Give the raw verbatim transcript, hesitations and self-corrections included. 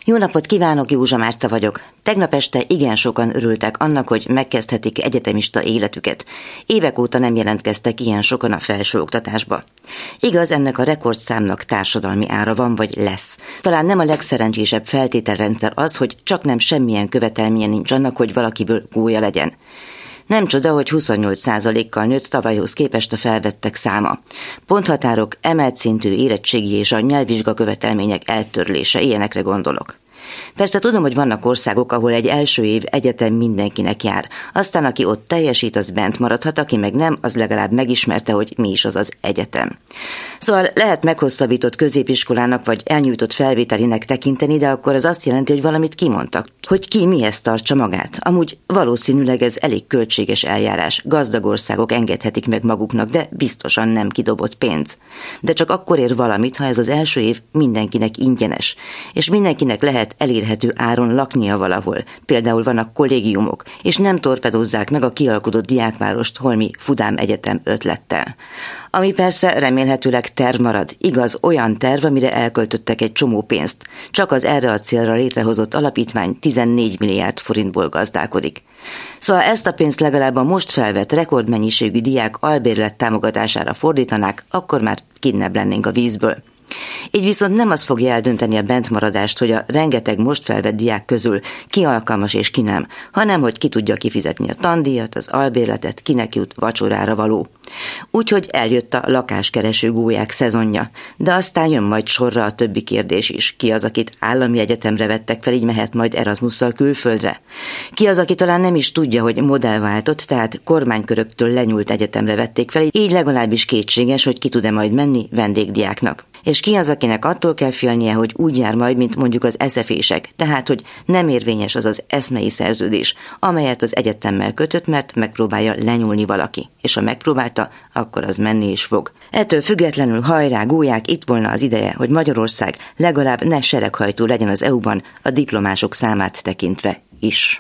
Jó napot kívánok, Józsa Márta vagyok. Tegnap este igen sokan örültek annak, hogy megkezdhetik egyetemista életüket. Évek óta nem jelentkeztek ilyen sokan a felsőoktatásba. Igaz, ennek a rekordszámnak társadalmi ára van vagy lesz. Talán nem a legszerencsésebb feltételrendszer az, hogy csak nem semmilyen követelménye nincs annak, hogy valakiből gólya legyen. Nem csoda, hogy huszonnyolc százalékkal nőtt tavalyhoz képest a felvettek száma. Ponthatárok, emelt szintű érettségi és a nyelvvizsga követelmények eltörlése, ilyenekre gondolok. Persze tudom, hogy vannak országok, ahol egy első év egyetem mindenkinek jár. Aztán aki ott teljesít, az bent maradhat, aki meg nem, az legalább megismerte, hogy mi is az az egyetem. Szóval lehet meghosszabbított középiskolának vagy elnyújtott felvételinek tekinteni, de akkor az azt jelenti, hogy valamit kimondtak. Hogy ki mihez tartsa magát. Amúgy valószínűleg ez elég költséges eljárás. Gazdag országok engedhetik meg maguknak, de biztosan nem kidobott pénz. De csak akkor ér valamit, ha ez az első év mindenkinek ingyenes, és mindenkinek lehet elérhető áron laknia valahol. Például vannak kollégiumok, és nem torpedózzák meg a kialkodott diákvárost holmi Fudám Egyetem ötlettel. Ami persze remélhetőleg terv marad. Igaz, olyan terv, amire elköltöttek egy csomó pénzt. Csak az erre a célra létrehozott alapítvány tizennégy milliárd forintból gazdálkodik. Szóval ezt a pénzt legalább a most felvett rekordmennyiségű diák albérlet támogatására fordítanák, akkor már kinnebb lennénk a vízből. Így viszont nem az fogja eldönteni a bentmaradást, hogy a rengeteg most felvett diák közül ki alkalmas és ki nem, hanem hogy ki tudja kifizetni a tandíjat, az albérletet, kinek jut vacsorára való. Úgyhogy eljött a lakáskereső gólyák szezonja, de aztán jön majd sorra a többi kérdés is. Ki az, akit állami egyetemre vettek fel, így mehet majd Erasmusszal külföldre? Ki az, aki talán nem is tudja, hogy modellváltott, tehát kormányköröktől lenyúlt egyetemre vették fel, így legalábbis kétséges, hogy ki tud-e majd menni vendégdiáknak. És ki az, akinek attól kell félnie, hogy úgy jár majd, mint mondjuk az eszefések, tehát, hogy nem érvényes az az eszmei szerződés, amelyet az egyetemmel kötött, mert megpróbálja lenyúlni valaki, és ha megpróbálta, akkor az menni is fog. Ettől függetlenül hajrá, gólyák, itt volna az ideje, hogy Magyarország legalább ne sereghajtó legyen az é u-ban a diplomások számát tekintve is.